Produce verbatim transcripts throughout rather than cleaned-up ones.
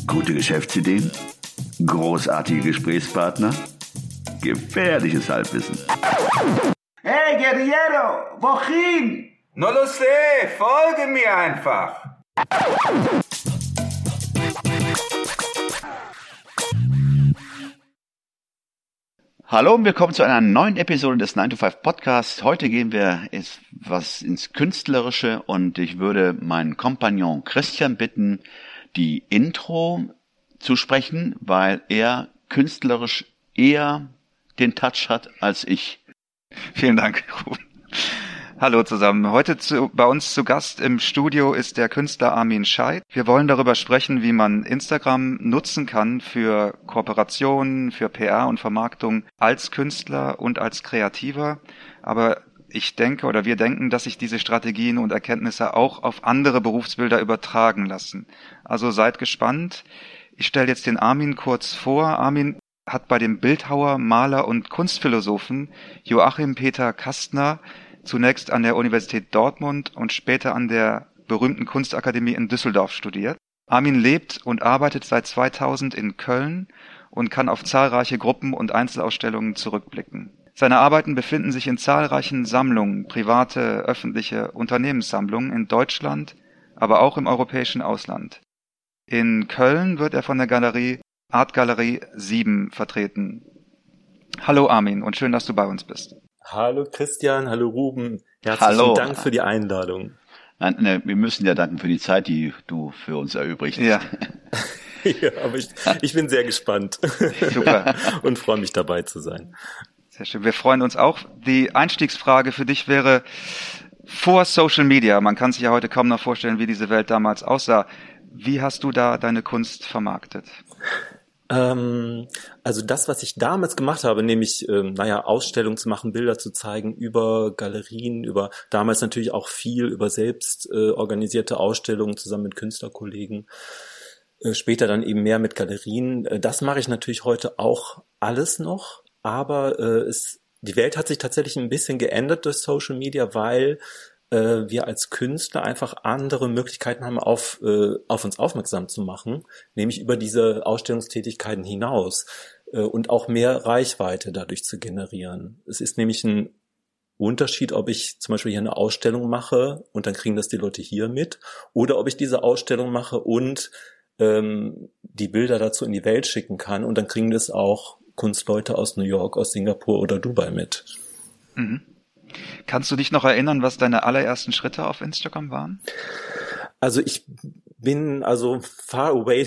Gute Geschäftsideen? Großartige Gesprächspartner? Gefährliches Halbwissen. Hey, Guerriero, wohin? No lo sé, folge mir einfach. Hallo und willkommen zu einer neuen Episode des nine to five Podcasts. Heute gehen wir etwas ins Künstlerische und ich würde meinen Kompagnon Christian bitten, die Intro zu sprechen, weil er künstlerisch eher den Touch hat als ich. Vielen Dank, Ruben. Hallo zusammen. Heute zu, bei uns zu Gast im Studio ist der Künstler Armin Scheidt. Wir wollen darüber sprechen, wie man Instagram nutzen kann für Kooperationen, für P R und Vermarktung als Künstler und als Kreativer. Aber ich denke oder wir denken, dass sich diese Strategien und Erkenntnisse auch auf andere Berufsbilder übertragen lassen. Also seid gespannt. Ich stelle jetzt den Armin kurz vor. Armin hat bei dem Bildhauer, Maler und Kunstphilosophen Joachim Peter Kastner zunächst an der Universität Dortmund und später an der berühmten Kunstakademie in Düsseldorf studiert. Armin lebt und arbeitet seit zweitausend in Köln und kann auf zahlreiche Gruppen- und Einzelausstellungen zurückblicken. Seine Arbeiten befinden sich in zahlreichen Sammlungen, private, öffentliche Unternehmenssammlungen in Deutschland, aber auch im europäischen Ausland. In Köln wird er von der Galerie Art Galerie sieben vertreten. Hallo Armin und schön, dass du bei uns bist. Hallo Christian, hallo Ruben, herzlichen Hallo. Dank für die Einladung. Nein, ne, wir müssen ja danken für die Zeit, die du für uns erübrigst. Ja. Ja, aber ich, ich bin sehr gespannt. Super. Und freue mich dabei zu sein. Sehr schön. Wir freuen uns auch. Die Einstiegsfrage für dich wäre, vor Social Media, man kann sich ja heute kaum noch vorstellen, wie diese Welt damals aussah. Wie hast du da deine Kunst vermarktet? Ähm, also das, was ich damals gemacht habe, nämlich, ähm, naja, Ausstellungen zu machen, Bilder zu zeigen über Galerien, über damals natürlich auch viel über selbst äh, organisierte Ausstellungen zusammen mit Künstlerkollegen, äh, später dann eben mehr mit Galerien. Äh, das mache ich natürlich heute auch alles noch, aber äh, es, die Welt hat sich tatsächlich ein bisschen geändert durch Social Media, weil wir als Künstler einfach andere Möglichkeiten haben, auf, äh, auf uns aufmerksam zu machen, nämlich über diese Ausstellungstätigkeiten hinaus äh, und auch mehr Reichweite dadurch zu generieren. Es ist nämlich ein Unterschied, ob ich zum Beispiel hier eine Ausstellung mache und dann kriegen das die Leute hier mit, oder ob ich diese Ausstellung mache und ähm, die Bilder dazu in die Welt schicken kann und dann kriegen das auch Kunstleute aus New York, aus Singapur oder Dubai mit. Mhm. Kannst du dich noch erinnern, was deine allerersten Schritte auf Instagram waren? Also ich bin also far away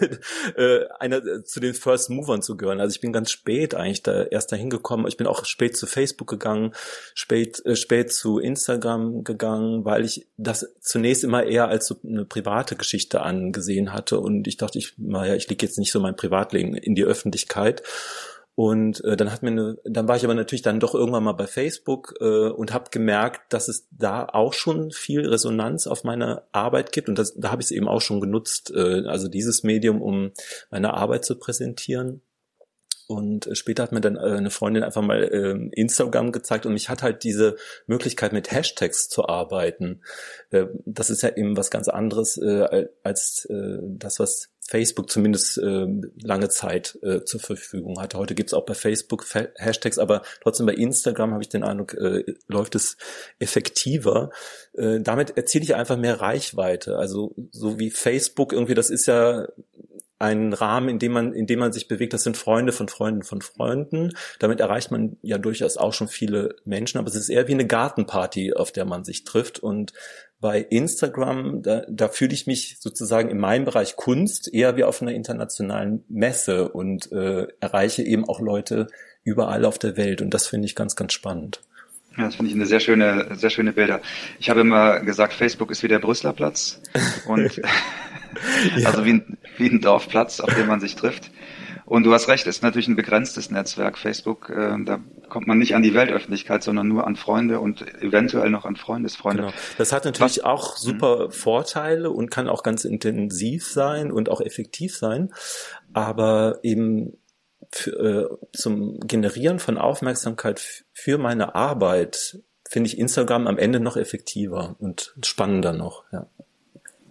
äh, einer zu den First Movern zu gehören. Also ich bin ganz spät eigentlich da erst dahin gekommen. Ich bin auch spät zu Facebook gegangen, spät äh, spät zu Instagram gegangen, weil ich das zunächst immer eher als so eine private Geschichte angesehen hatte und ich dachte, ich naja, ich lege jetzt nicht so mein Privatleben in die Öffentlichkeit. Und äh, dann hat mir eine, dann war ich aber natürlich dann doch irgendwann mal bei Facebook äh, und habe gemerkt, dass es da auch schon viel Resonanz auf meine Arbeit gibt und das, da habe ich es eben auch schon genutzt, äh, also dieses Medium, um meine Arbeit zu präsentieren. Und äh, später hat mir dann äh, eine Freundin einfach mal äh, Instagram gezeigt und mich hat halt diese Möglichkeit mit Hashtags zu arbeiten. Äh, das ist ja eben was ganz anderes äh, als äh, das, was Facebook zumindest äh, lange Zeit äh, zur Verfügung hatte. Heute gibt es auch bei Facebook Fa- Hashtags, aber trotzdem bei Instagram habe ich den Eindruck, äh, läuft es effektiver. Äh, damit erziele ich einfach mehr Reichweite. Also so wie Facebook irgendwie, das ist ja ein Rahmen, in dem man, in dem man sich bewegt. Das sind Freunde von Freunden von Freunden. Damit erreicht man ja durchaus auch schon viele Menschen, aber es ist eher wie eine Gartenparty, auf der man sich trifft. Und bei Instagram, da, da fühle ich mich sozusagen in meinem Bereich Kunst eher wie auf einer internationalen Messe und äh, erreiche eben auch Leute überall auf der Welt. Und das finde ich ganz, ganz spannend. Ja, das finde ich eine sehr schöne, sehr schöne Bilder. Ich habe immer gesagt, Facebook ist wie der Brüsseler Platz und ja. Also wie ein, wie ein Dorfplatz, auf dem man sich trifft. Und du hast recht, es ist natürlich ein begrenztes Netzwerk, Facebook. Äh, da kommt man nicht an die Weltöffentlichkeit, sondern nur an Freunde und eventuell noch an Freundesfreunde. Genau. Das hat natürlich Was? auch super Vorteile und kann auch ganz intensiv sein und auch effektiv sein. Aber eben für, äh, zum Generieren von Aufmerksamkeit f- für meine Arbeit finde ich Instagram am Ende noch effektiver und spannender noch, ja.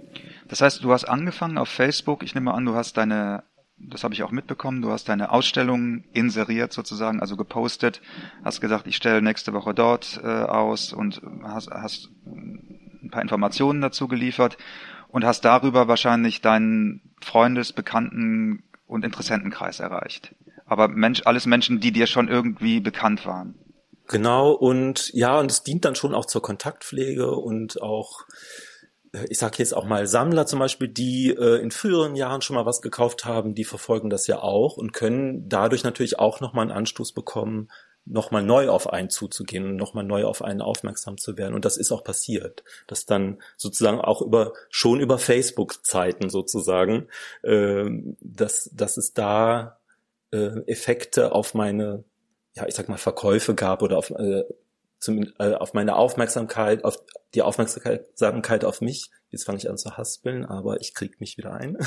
Das heißt, du hast angefangen auf Facebook, ich nehme an, du hast deine, das habe ich auch mitbekommen, du hast deine Ausstellung inseriert sozusagen, also gepostet, hast gesagt, ich stelle nächste Woche dort äh, aus und hast, hast ein paar Informationen dazu geliefert und hast darüber wahrscheinlich deinen Freundes-, Bekannten- und Interessentenkreis erreicht. Aber Mensch, alles Menschen, die dir schon irgendwie bekannt waren. Genau, und ja, und es dient dann schon auch zur Kontaktpflege und auch, ich sage jetzt auch mal Sammler zum Beispiel, die äh, in früheren Jahren schon mal was gekauft haben, die verfolgen das ja auch und können dadurch natürlich auch nochmal einen Anstoß bekommen, nochmal neu auf einen zuzugehen und nochmal neu auf einen aufmerksam zu werden. Und das ist auch passiert, dass dann sozusagen auch über schon über Facebook-Zeiten sozusagen, äh, dass, dass es da äh, Effekte auf meine, ja, ich sag mal, Verkäufe gab oder auf, äh, zum, äh, auf meine Aufmerksamkeit, auf die Aufmerksamkeit auf mich. Jetzt fange ich an zu haspeln, aber ich krieg mich wieder ein.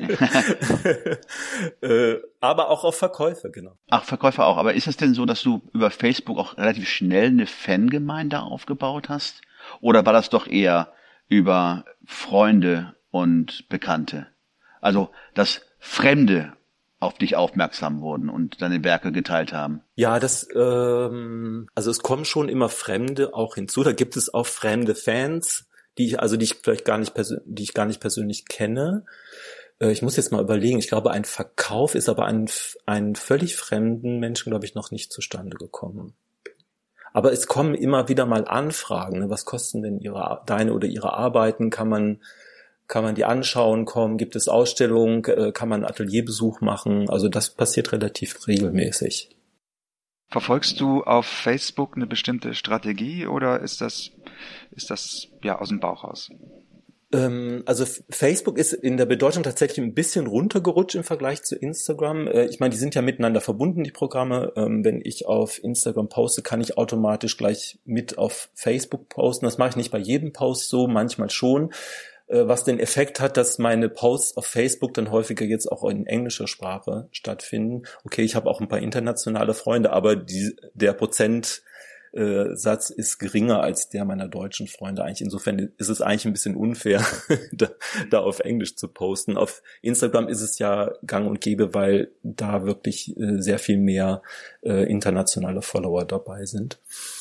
äh, aber auch auf Verkäufe, genau. Ach, Verkäufer auch. Aber ist es denn so, dass du über Facebook auch relativ schnell eine Fangemeinde aufgebaut hast? Oder war das doch eher über Freunde und Bekannte? Also, dass Fremde auf dich aufmerksam wurden und deine Werke geteilt haben? Ja, das, ähm, also es kommen schon immer Fremde auch hinzu. Da gibt es auch fremde Fans, die ich, also die ich vielleicht gar nicht persönlich, die ich gar nicht persönlich kenne. Äh, ich muss jetzt mal überlegen. Ich glaube, ein Verkauf ist aber einen, einen völlig fremden Menschen, glaube ich, noch nicht zustande gekommen. Aber es kommen immer wieder mal Anfragen. Ne? Was kosten denn ihre, deine oder ihre Arbeiten? Kann man Kann man die anschauen kommen? Gibt es Ausstellungen? Kann man einen Atelierbesuch machen? Also das passiert relativ regelmäßig. Verfolgst du auf Facebook eine bestimmte Strategie oder ist das, ist das ja aus dem Bauch raus? Ähm, also Facebook ist in der Bedeutung tatsächlich ein bisschen runtergerutscht im Vergleich zu Instagram. Äh, ich meine, die sind ja miteinander verbunden, die Programme. Ähm, wenn ich auf Instagram poste, kann ich automatisch gleich mit auf Facebook posten. Das mache ich nicht bei jedem Post so, manchmal schon. Was den Effekt hat, dass meine Posts auf Facebook dann häufiger jetzt auch in englischer Sprache stattfinden. Okay, ich habe auch ein paar internationale Freunde, aber die, der Prozentsatz ist geringer als der meiner deutschen Freunde. Eigentlich insofern ist es eigentlich ein bisschen unfair, da, da auf Englisch zu posten. Auf Instagram ist es ja gang und gäbe, weil da wirklich äh, sehr viel mehr äh, internationale Follower dabei sind.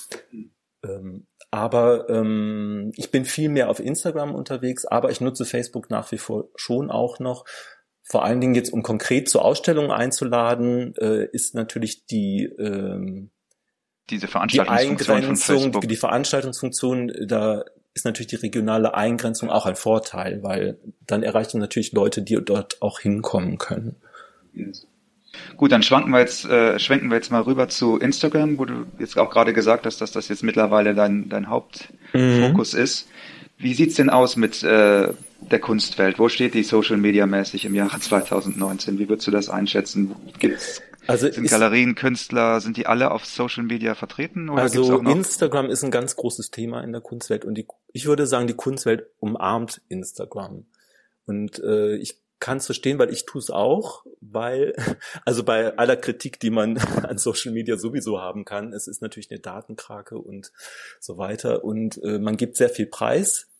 Ähm, Aber ähm, ich bin viel mehr auf Instagram unterwegs, aber ich nutze Facebook nach wie vor schon auch noch. Vor allen Dingen jetzt, um konkret zu Ausstellungen einzuladen, äh, ist natürlich die ähm, diese die Veranstaltungsfunktion von Eingrenzung, Facebook. die Veranstaltungsfunktion, da ist natürlich die regionale Eingrenzung auch ein Vorteil, weil dann erreicht man natürlich Leute, die dort auch hinkommen können. Yes. Gut, dann schwanken wir jetzt, äh, schwenken wir jetzt mal rüber zu Instagram, wo du jetzt auch gerade gesagt hast, dass das jetzt mittlerweile dein, dein Hauptfokus mhm. ist. Wie sieht's denn aus mit äh, der Kunstwelt? Wo steht die Social Media mäßig im Jahre zwanzig neunzehn? Wie würdest du das einschätzen? Gibt's, also sind Galerien, Künstler, sind die alle auf Social Media vertreten? Oder also gibt's auch noch? Instagram ist ein ganz großes Thema in der Kunstwelt und die, ich würde sagen, die Kunstwelt umarmt Instagram. Und äh, ich kann es verstehen, weil ich tue es auch, weil, also bei aller Kritik, die man an Social Media sowieso haben kann, es ist natürlich eine Datenkrake und so weiter und äh, man gibt sehr viel Preis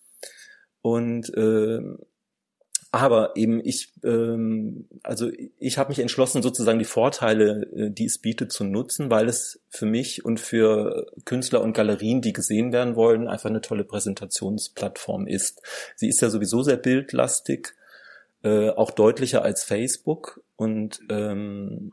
und äh, aber eben ich, ähm, also ich habe mich entschlossen, sozusagen die Vorteile, äh, die es bietet, zu nutzen, weil es für mich und für Künstler und Galerien, die gesehen werden wollen, einfach eine tolle Präsentationsplattform ist. Sie ist ja sowieso sehr bildlastig, Äh, auch deutlicher als Facebook und ähm,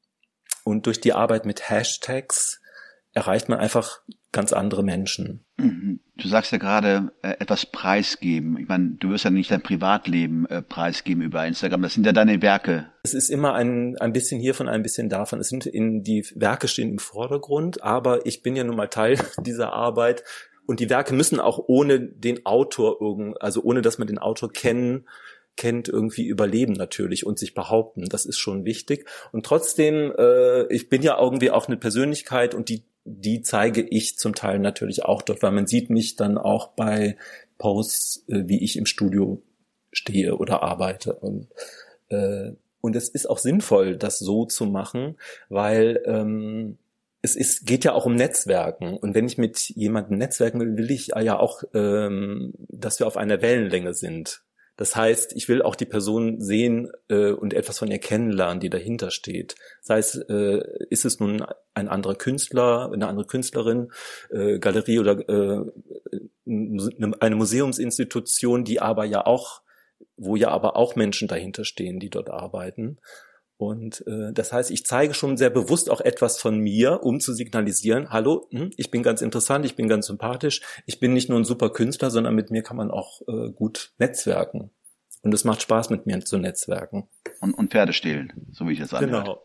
und durch die Arbeit mit Hashtags erreicht man einfach ganz andere Menschen. Du sagst ja gerade äh, etwas preisgeben. Ich meine, du wirst ja nicht dein Privatleben äh, preisgeben über Instagram. Das sind ja deine Werke. Es ist immer ein ein bisschen hiervon, ein bisschen davon. Es sind in die Werke stehen im Vordergrund, aber ich bin ja nun mal Teil dieser Arbeit und die Werke müssen auch ohne den Autor irgend, also ohne dass man den Autor kennen kennt, irgendwie überleben natürlich und sich behaupten. Das ist schon wichtig. Und trotzdem, äh, ich bin ja irgendwie auch eine Persönlichkeit und die die zeige ich zum Teil natürlich auch dort, weil man sieht mich dann auch bei Posts, äh, wie ich im Studio stehe oder arbeite. Und, äh, und es ist auch sinnvoll, das so zu machen, weil ähm, es ist, geht ja auch um Netzwerken. Und wenn ich mit jemandem netzwerken will, will ich ja auch, ähm, dass wir auf einer Wellenlänge sind. Das heißt, ich will auch die Person sehen äh, und etwas von ihr kennenlernen, die dahinter steht. Sei es, äh, ist es nun ein anderer Künstler, eine andere Künstlerin, äh, Galerie oder äh, eine Museumsinstitution, die aber ja auch, wo ja aber auch Menschen dahinter stehen, die dort arbeiten. Und äh, das heißt, ich zeige schon sehr bewusst auch etwas von mir, um zu signalisieren, hallo, hm, ich bin ganz interessant, ich bin ganz sympathisch, ich bin nicht nur ein super Künstler, sondern mit mir kann man auch äh, gut netzwerken. Und es macht Spaß, mit mir zu netzwerken. Und, und Pferde stehlen, so wie ich es anhört.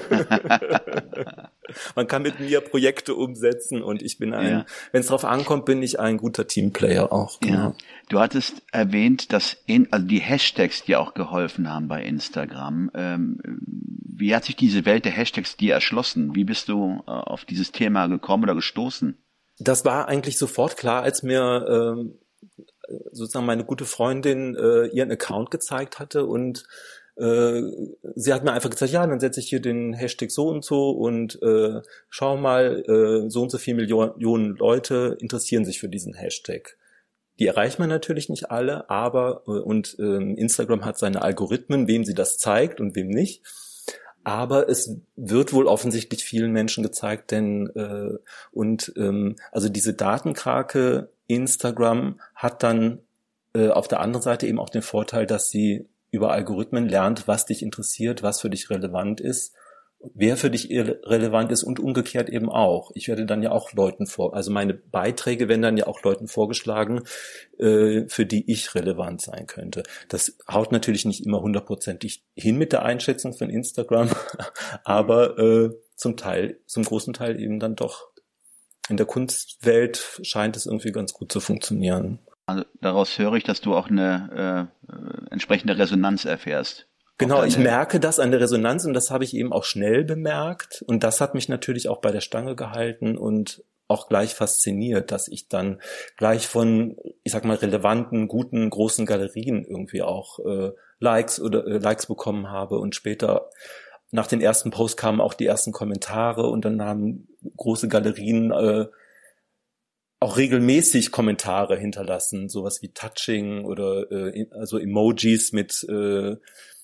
Genau. Man kann mit mir Projekte umsetzen und ich bin ein, ja. wenn es drauf ankommt, bin ich ein guter Teamplayer auch. Genau. Ja. Du hattest erwähnt, dass in, also die Hashtags dir auch geholfen haben bei Instagram. Ähm, wie hat sich diese Welt der Hashtags dir erschlossen? Wie bist du äh, auf dieses Thema gekommen oder gestoßen? Das war eigentlich sofort klar, als mir ähm, sozusagen meine gute Freundin äh, ihren Account gezeigt hatte und äh, sie hat mir einfach gesagt, ja, dann setze ich hier den Hashtag so und so und äh, schau mal, äh, so und so viele Millionen Leute interessieren sich für diesen Hashtag. Die erreicht man natürlich nicht alle, aber äh, und äh, Instagram hat seine Algorithmen, wem sie das zeigt und wem nicht. Aber es wird wohl offensichtlich vielen Menschen gezeigt, denn äh, und ähm, also diese Datenkrake Instagram hat dann äh, auf der anderen Seite eben auch den Vorteil, dass sie über Algorithmen lernt, was dich interessiert, was für dich relevant ist, wer für dich relevant ist und umgekehrt eben auch. Ich werde dann ja auch Leuten vor, also meine Beiträge werden dann ja auch Leuten vorgeschlagen, äh, für die ich relevant sein könnte. Das haut natürlich nicht immer hundertprozentig hin mit der Einschätzung von Instagram, aber äh, zum Teil, zum großen Teil eben dann doch. In der Kunstwelt scheint es irgendwie ganz gut zu funktionieren. Also daraus höre ich, dass du auch eine äh, entsprechende Resonanz erfährst. Genau, ich merke das an der Resonanz und das habe ich eben auch schnell bemerkt und das hat mich natürlich auch bei der Stange gehalten und auch gleich fasziniert, dass ich dann gleich von, ich sag mal, relevanten, guten, großen Galerien irgendwie auch äh, Likes oder äh, Likes bekommen habe und später nach den ersten Posts kamen auch die ersten Kommentare und dann haben große Galerien äh, auch regelmäßig Kommentare hinterlassen, sowas wie Touching oder äh, also Emojis mit äh,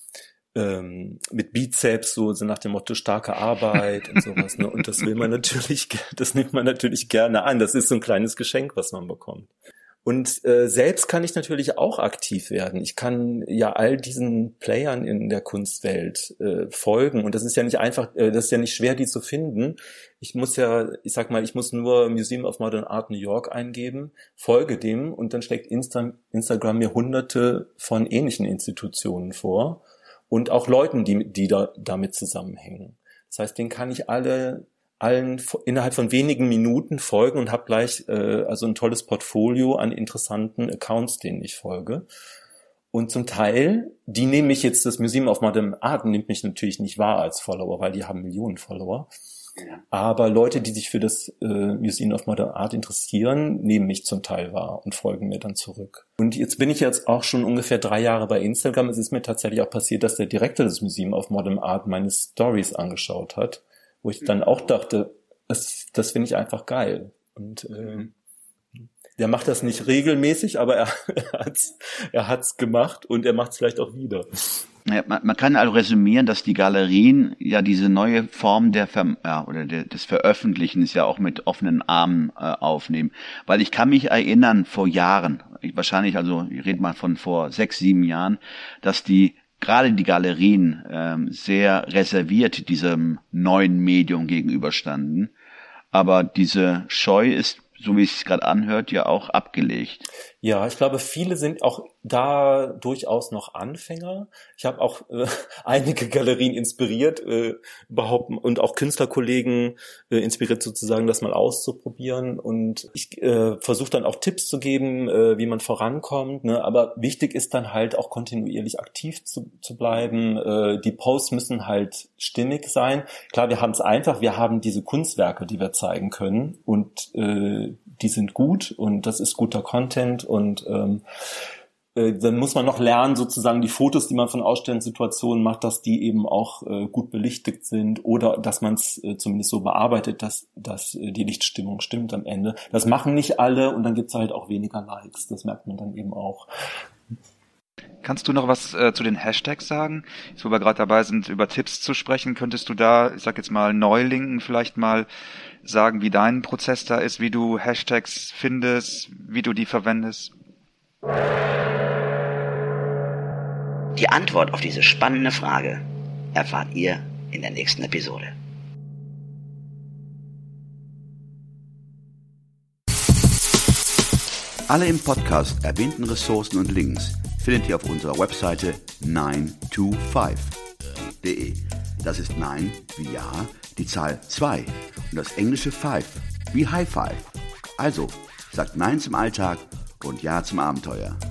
ähm, mit Bizeps, so, so nach dem Motto starke Arbeit und sowas. Ne? Und das will man natürlich, das nimmt man natürlich gerne an. Das ist so ein kleines Geschenk, was man bekommt. Und äh, selbst kann ich natürlich auch aktiv werden. Ich kann ja all diesen Playern in der Kunstwelt äh, folgen und das ist ja nicht einfach, äh, das ist ja nicht schwer, die zu finden. Ich muss ja, ich sag mal, ich muss nur Museum of Modern Art New York eingeben, folge dem und dann schlägt Insta- Instagram mir hunderte von ähnlichen Institutionen vor und auch Leuten, die, die da damit zusammenhängen. Das heißt, denen kann ich alle allen innerhalb von wenigen Minuten folgen und habe gleich äh, also ein tolles Portfolio an interessanten Accounts, denen ich folge. Und zum Teil, die nehmen mich jetzt, das Museum of Modern Art nimmt mich natürlich nicht wahr als Follower, weil die haben Millionen Follower. Aber Leute, die sich für das äh, Museum of Modern Art interessieren, nehmen mich zum Teil wahr und folgen mir dann zurück. Und jetzt bin ich jetzt auch schon ungefähr drei Jahre bei Instagram. Es ist mir tatsächlich auch passiert, dass der Direktor des Museum of Modern Art meine Stories angeschaut hat, wo ich dann auch dachte, das, das finde ich einfach geil. Und äh, der macht das nicht regelmäßig, aber er, er hat's, er hat's gemacht und er macht's vielleicht auch wieder. Ja, man, man kann also resümieren, dass die Galerien ja diese neue Form der Ver, ja, oder der, des Veröffentlichens ja auch mit offenen Armen äh, aufnehmen. Weil ich kann mich erinnern, vor Jahren, ich, wahrscheinlich also, ich rede mal von vor sechs, sieben Jahren, dass die gerade die Galerien ähm, sehr reserviert diesem neuen Medium gegenüberstanden. Aber diese Scheu ist, so wie es sich gerade anhört, ja auch abgelegt. Ja, ich glaube, viele sind auch da durchaus noch Anfänger. Ich habe auch äh, einige Galerien inspiriert, äh, überhaupt und auch Künstlerkollegen äh, inspiriert sozusagen, das mal auszuprobieren. Und ich äh, versuche dann auch Tipps zu geben, äh, wie man vorankommt. Ne? Aber wichtig ist dann halt auch kontinuierlich aktiv zu, zu bleiben. Äh, die Posts müssen halt stimmig sein. Klar, wir haben es einfach. Wir haben diese Kunstwerke, die wir zeigen können und äh, die sind gut und das ist guter Content und ähm, äh, dann muss man noch lernen, sozusagen die Fotos, die man von Ausstellungssituationen macht, dass die eben auch äh, gut belichtet sind oder dass man es äh, zumindest so bearbeitet, dass, dass äh, die Lichtstimmung stimmt am Ende. Das machen nicht alle und dann gibt's halt auch weniger Likes, das merkt man dann eben auch. Kannst du noch was äh, zu den Hashtags sagen? Jetzt, wo wir gerade dabei sind, über Tipps zu sprechen, könntest du da, ich sag jetzt mal, Neulingen vielleicht mal sagen, wie dein Prozess da ist, wie du Hashtags findest, wie du die verwendest? Die Antwort auf diese spannende Frage erfahrt ihr in der nächsten Episode. Alle im Podcast erwähnten Ressourcen und Links findet ihr auf unserer Webseite nine two five punkt de. Das ist neun wie Ja, die Zahl zwei und das englische Five wie High Five. Also, sagt Nein zum Alltag und Ja zum Abenteuer.